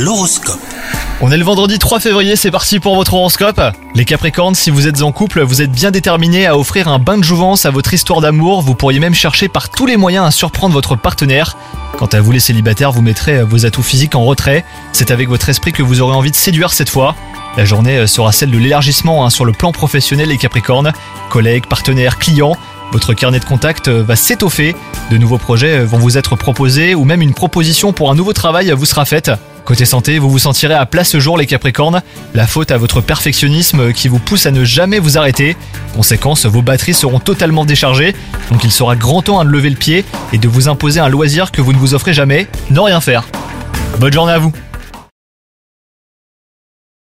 L'horoscope. On est le vendredi 3 février, c'est parti pour votre horoscope. Les Capricornes, si vous êtes en couple, vous êtes bien déterminés à offrir un bain de jouvence à votre histoire d'amour. Vous pourriez même chercher par tous les moyens à surprendre votre partenaire. Quant à vous les célibataires, vous mettrez vos atouts physiques en retrait. C'est avec votre esprit que vous aurez envie de séduire cette fois. La journée sera celle de l'élargissement sur le plan professionnel les Capricornes. Collègues, partenaires, clients, votre carnet de contacts va s'étoffer. De nouveaux projets vont vous être proposés ou même une proposition pour un nouveau travail vous sera faite. Côté santé, vous vous sentirez à plat ce jour les Capricornes. La faute à votre perfectionnisme qui vous pousse à ne jamais vous arrêter. Conséquence, vos batteries seront totalement déchargées. Donc il sera grand temps de lever le pied et de vous imposer un loisir que vous ne vous offrez jamais, ne rien faire. Bonne journée à vous.